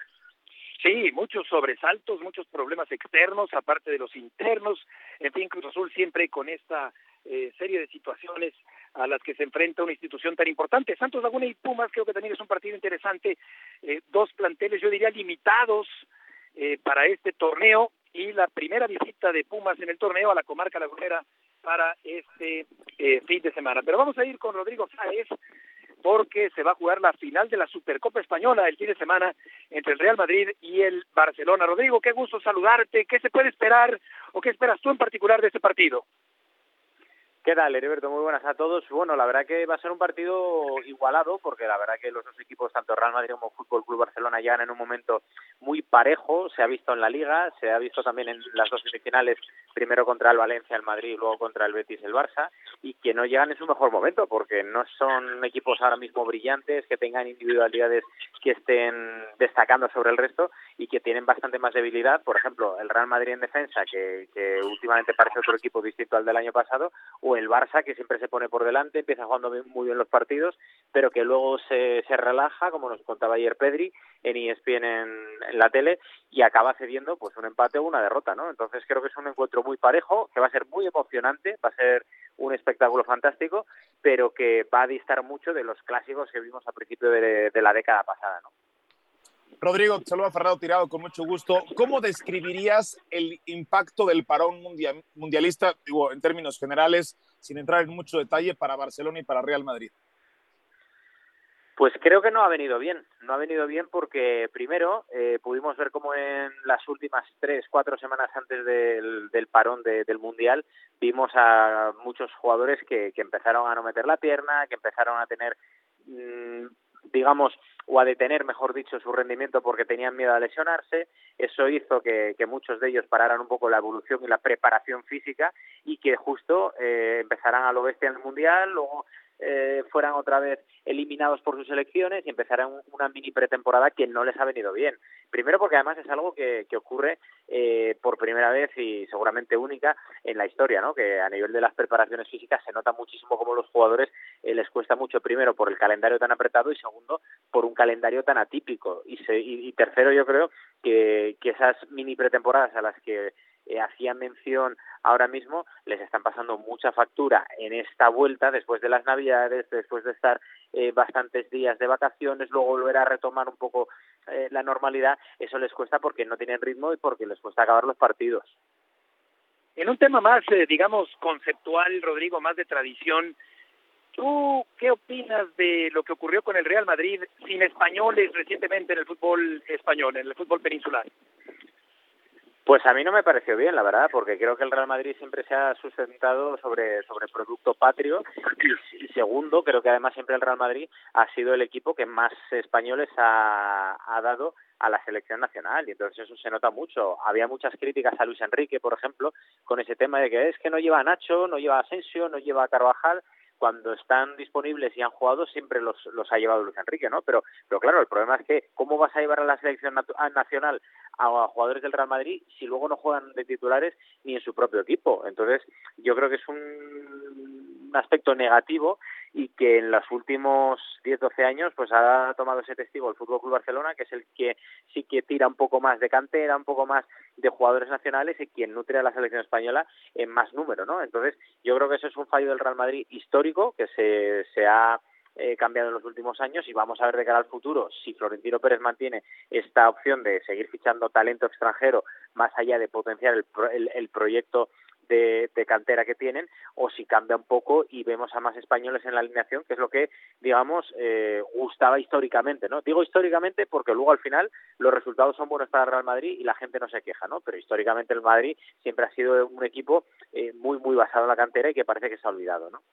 C: Sí, muchos sobresaltos, muchos problemas externos, aparte de los internos. En fin, Cruz Azul siempre con esta serie de situaciones a las que se enfrenta una institución tan importante. Santos Laguna y Pumas creo que también es un partido interesante. Dos planteles, yo diría, limitados para este torneo, y la primera visita de Pumas en el torneo a la comarca lagunera para este fin de semana. Pero vamos a ir con Rodrigo Sáez, porque se va a jugar la final de la Supercopa Española el fin de semana entre el Real Madrid y el Barcelona. Rodrigo, qué gusto saludarte. ¿Qué se puede esperar o qué esperas tú en particular de este partido?
Q: ¿Qué tal, Heriberto? Muy buenas a todos. Bueno, la verdad que va a ser un partido igualado, porque la verdad que los dos equipos, tanto Real Madrid como Fútbol Club Barcelona, llegan en un momento muy parejo. Se ha visto en la Liga, se ha visto también en las dos semifinales, primero contra el Valencia, el Madrid, y luego contra el Betis, el Barça, y que no llegan en su mejor momento, porque no son equipos ahora mismo brillantes, que tengan individualidades que estén destacando sobre el resto y que tienen bastante más debilidad. Por ejemplo, el Real Madrid en defensa, que últimamente parece otro equipo distinto al del año pasado, o el Barça, que siempre se pone por delante, empieza jugando muy bien los partidos, pero que luego se relaja, como nos contaba ayer Pedri en ESPN en la tele, y acaba cediendo pues un empate o una derrota, ¿no? Entonces creo que es un encuentro muy parejo, que va a ser muy emocionante, va a ser un espectáculo fantástico, pero que va a distar mucho de los clásicos que vimos a principio de la década pasada, ¿no?
D: Rodrigo, te saluda Fernando Tirado, con mucho gusto. ¿Cómo describirías el impacto del parón mundialista, digo, en términos generales, sin entrar en mucho detalle, para Barcelona y para Real Madrid?
Q: Pues creo que no ha venido bien. No ha venido bien porque, primero, pudimos ver cómo en las últimas 3-4 semanas antes del parón del Mundial, vimos a muchos jugadores que empezaron a no meter la pierna, que empezaron a tener digamos, o a detener, mejor dicho, su rendimiento porque tenían miedo a lesionarse. Eso hizo que muchos de ellos pararan un poco la evolución y la preparación física y que justo empezaran a lo bestia en el Mundial, luego fueran otra vez eliminados por sus selecciones y empezaran una mini pretemporada que no les ha venido bien. Primero porque además es algo que ocurre por primera vez y seguramente única en la historia, ¿no? Que a nivel de las preparaciones físicas se nota muchísimo cómo los jugadores les cuesta mucho, primero por el calendario tan apretado y segundo por un calendario tan atípico y tercero yo creo que esas mini pretemporadas a las que hacían mención ahora mismo les están pasando mucha factura en esta vuelta después de las Navidades, después de estar bastantes días de vacaciones, luego volver a retomar un poco la normalidad. Eso les cuesta porque no tienen ritmo y porque les cuesta acabar los partidos.
C: En un tema más, digamos, conceptual, Rodrigo, más de tradición, ¿tú qué opinas de lo que ocurrió con el Real Madrid sin españoles recientemente en el fútbol español, en el fútbol peninsular?
Q: Pues a mí no me pareció bien, la verdad, porque creo que el Real Madrid siempre se ha sustentado sobre producto patrio y segundo, creo que además siempre el Real Madrid ha sido el equipo que más españoles ha dado a la selección nacional y entonces eso se nota mucho. Había muchas críticas a Luis Enrique, por ejemplo, con ese tema de que es que no lleva a Nacho, no lleva a Asensio, no lleva a Carvajal. Cuando están disponibles y han jugado siempre los ha llevado Luis Enrique, ¿no? Pero claro, el problema es que ¿cómo vas a llevar a la selección nacional a jugadores del Real Madrid si luego no juegan de titulares ni en su propio equipo? Entonces yo creo que es un aspecto negativo y que en los últimos 10-12 años pues ha tomado ese testigo el Fútbol Club Barcelona, que es el que sí que tira un poco más de cantera, un poco más de jugadores nacionales y quien nutre a la selección española en más número, ¿no? Entonces yo creo que eso es un fallo del Real Madrid histórico que se ha cambiado en los últimos años y vamos a ver de cara al futuro si Florentino Pérez mantiene esta opción de seguir fichando talento extranjero más allá de potenciar el proyecto de cantera que tienen, o si cambia un poco y vemos a más españoles en la alineación, que es lo que, digamos, gustaba históricamente, ¿no? Digo históricamente porque luego al final los resultados son buenos para el Real Madrid y la gente no se queja, ¿no? Pero históricamente el Madrid siempre ha sido un equipo muy, muy basado en la cantera y que parece que se ha olvidado, ¿no?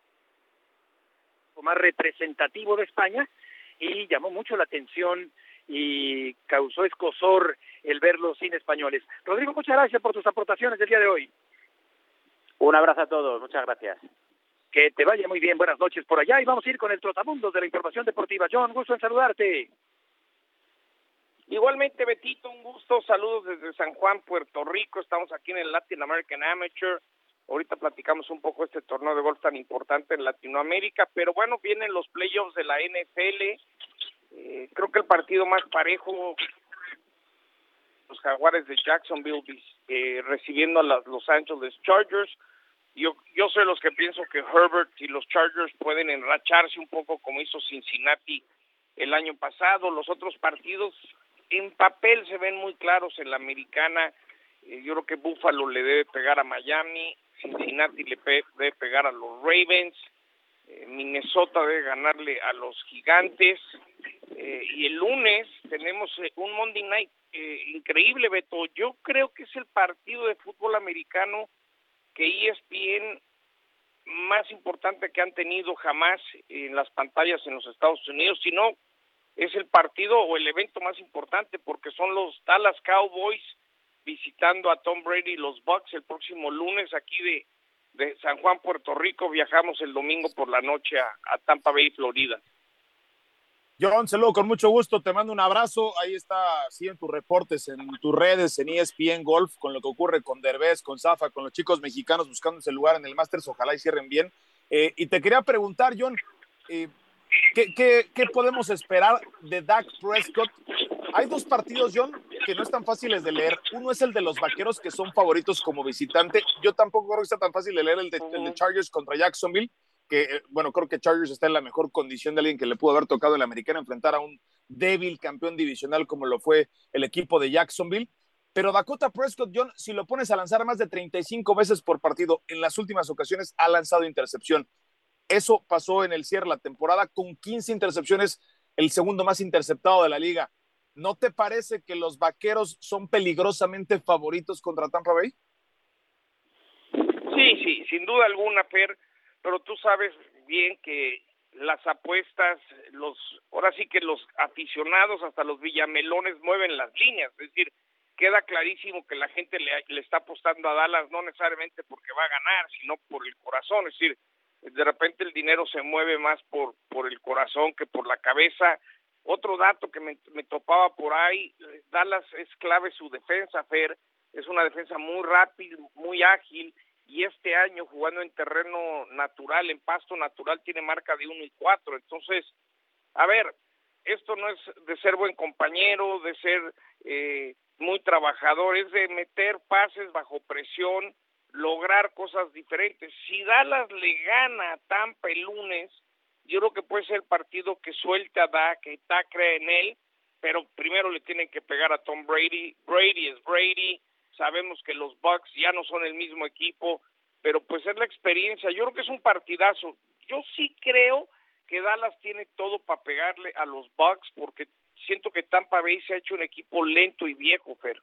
C: Más representativo de España, y llamó mucho la atención y causó escozor el verlos sin españoles. Rodrigo, muchas gracias por tus aportaciones del día de hoy.
Q: Un abrazo a todos, muchas gracias.
C: Que te vaya muy bien, buenas noches por allá, y vamos a ir con el trotamundos de la información deportiva. John, gusto en saludarte.
R: Igualmente, Betito, un gusto, saludos desde San Juan, Puerto Rico, estamos aquí en el Latin American Amateur. Ahorita platicamos un poco este torneo de golf tan importante en Latinoamérica, pero bueno, vienen los playoffs de la NFL. Creo que el partido más parejo, los Jaguares de Jacksonville recibiendo a los Angeles Chargers. Yo soy los que pienso que Herbert y los Chargers pueden enracharse un poco como hizo Cincinnati el año pasado. Los otros partidos en papel se ven muy claros en la americana. Yo creo que Buffalo le debe pegar a Miami, Cincinnati le debe pegar a los Ravens, Minnesota debe ganarle a los Gigantes, y el lunes tenemos un Monday Night increíble, Beto. Yo creo que es el partido de fútbol americano que ESPN más importante que han tenido jamás en las pantallas en los Estados Unidos, si no es el partido o el evento más importante, porque son los Dallas Cowboys visitando a Tom Brady y los Bucks el próximo lunes aquí de San Juan, Puerto Rico. Viajamos el domingo por la noche a Tampa Bay, Florida.
D: John, saludo con mucho gusto, te mando un abrazo. Ahí está, siguen tus reportes en tus redes, en ESPN Golf, con lo que ocurre con Derbez, con Zafa, con los chicos mexicanos buscando ese lugar en el Masters. Ojalá y cierren bien. Y te quería preguntar, John, ¿qué podemos esperar de Dak Prescott? Hay dos partidos, John, que no están fáciles de leer. Uno es el de los Vaqueros, que son favoritos como visitante. Yo tampoco creo que sea tan fácil de leer el de Chargers contra Jacksonville, que, bueno, creo que Chargers está en la mejor condición de alguien que le pudo haber tocado en la americana enfrentar a un débil campeón divisional como lo fue el equipo de Jacksonville. Pero Dakota Prescott, John, si lo pones a lanzar más de 35 veces por partido, en las últimas ocasiones ha lanzado intercepción. Eso pasó en el cierre de la temporada con 15 intercepciones, el segundo más interceptado de la liga. ¿No te parece que los Vaqueros son peligrosamente favoritos contra Tampa Bay?
R: Sí, sin duda alguna, Fer, pero tú sabes bien que las apuestas, ahora sí que los aficionados, hasta los villamelones, mueven las líneas. Es decir, queda clarísimo que la gente le está apostando a Dallas, no necesariamente porque va a ganar, sino por el corazón. Es decir, de repente el dinero se mueve más por el corazón que por la cabeza. Otro dato que me topaba por ahí, Dallas es clave su defensa, Fer, es una defensa muy rápida, muy ágil, y este año jugando en terreno natural, en pasto natural, tiene marca de 1-4. Entonces, a ver, esto no es de ser buen compañero, de ser muy trabajador, es de meter pases bajo presión, lograr cosas diferentes. Si Dallas le gana a Tampa el lunes, yo creo que puede ser el partido que suelte a Dak, que Dak cree en él, pero primero le tienen que pegar a Tom Brady. Brady es Brady, sabemos que los Bucks ya no son el mismo equipo, pero pues es la experiencia. Yo creo que es un partidazo. Yo sí creo que Dallas tiene todo para pegarle a los Bucks, porque siento que Tampa Bay se ha hecho un equipo lento y viejo, Fer.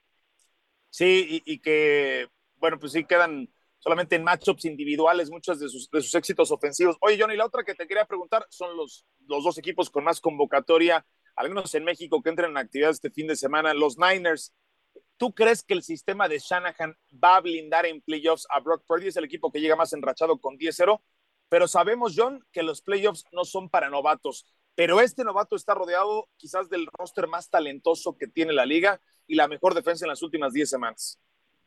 D: Sí, y que, bueno, pues sí quedan solamente en matchups individuales muchos de sus éxitos ofensivos. Oye, Johnny, la otra que te quería preguntar son los dos equipos con más convocatoria, al menos en México, que entran en actividad este fin de semana, los Niners. ¿Tú crees que el sistema de Shanahan va a blindar en playoffs a Brock Purdy? Es el equipo que llega más enrachado con 10-0, pero sabemos, John, que los playoffs no son para novatos, pero este novato está rodeado quizás del roster más talentoso que tiene la liga y la mejor defensa en las últimas 10 semanas.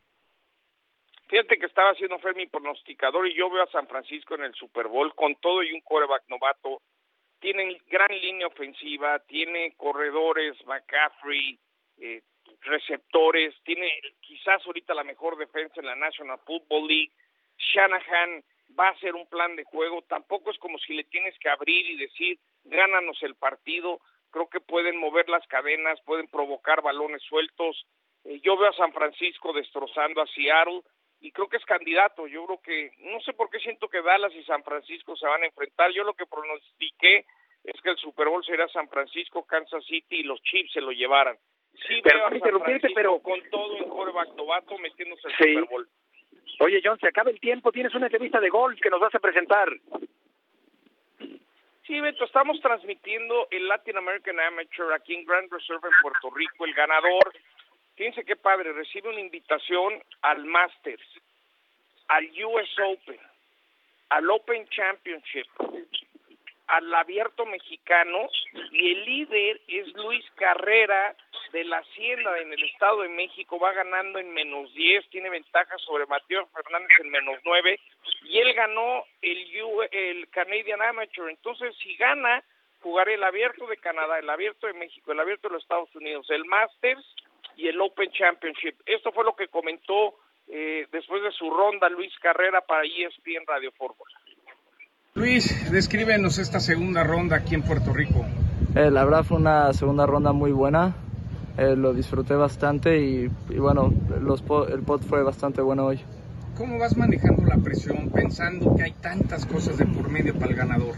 R: Fíjate que estaba haciendo mi pronosticador y yo veo a San Francisco en el Super Bowl con todo y un quarterback novato. Tienen gran línea ofensiva, tiene corredores, McCaffrey, receptores, tiene quizás ahorita la mejor defensa en la National Football League. Shanahan va a hacer un plan de juego, tampoco es como si le tienes que abrir y decir, gánanos el partido. Creo que pueden mover las cadenas, pueden provocar balones sueltos. Yo veo a San Francisco destrozando a Seattle, y creo que es candidato. Yo creo que, no sé por qué siento que Dallas y San Francisco se van a enfrentar. Yo lo que pronostiqué es que el Super Bowl sería San Francisco, Kansas City y los Chiefs se lo llevaran. Sí, veo a San Francisco con todo en quarterback novato metiéndose al Super Bowl.
C: Oye, John, se acaba el tiempo, tienes una entrevista de golf que nos vas a presentar.
R: Sí, Beto, estamos transmitiendo el Latin American Amateur aquí en Grand Reserve en Puerto Rico. El ganador, fíjense qué padre, recibe una invitación al Masters, al US Open, al Open Championship, al Abierto Mexicano, y el líder es Luis Carrera de la Hacienda en el Estado de México. Va ganando en -10, tiene ventaja sobre Mateo Fernández en -9, y él ganó el Canadian Amateur. Entonces, si gana, jugaré el Abierto de Canadá, el Abierto de México, el Abierto de los Estados Unidos, el Masters y el Open Championship. Esto fue lo que comentó después de su ronda Luis Carrera para ESPN Radio Fórmula.
S: Luis, descríbenos esta segunda ronda aquí en Puerto Rico.
T: La verdad fue una segunda ronda muy buena, lo disfruté bastante y bueno, el pot fue bastante bueno hoy.
S: ¿Cómo vas manejando la presión pensando que hay tantas cosas de por medio para el ganador?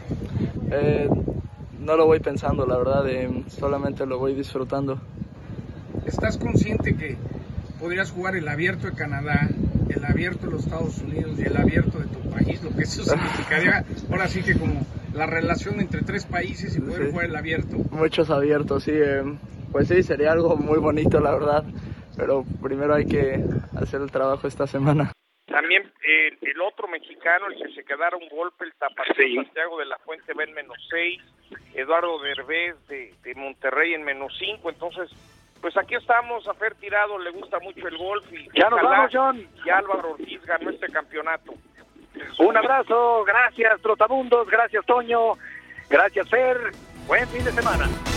T: No lo voy pensando, la verdad, solamente lo voy disfrutando.
S: ¿Estás consciente que podrías jugar el Abierto de Canadá, el Abierto de los Estados Unidos y el Abierto de tu país? Lo que eso significaría ahora sí que como la relación entre 3 países y poder jugar el Abierto.
T: Muchos abiertos, sí. Pues sí, sería algo muy bonito, la verdad, pero primero hay que hacer el trabajo esta semana.
R: También el otro mexicano, el que se quedara un golpe, el tapatío Santiago de la Fuente va en -6, Eduardo Derbez de Monterrey en -5, entonces pues aquí estamos. A Fer Tirado le gusta mucho el golf y
C: ya nos vamos, John.
R: Y Álvaro Ortiz ganó este campeonato.
C: Un abrazo, gracias Trotamundos, gracias Toño, gracias Fer, buen fin de semana.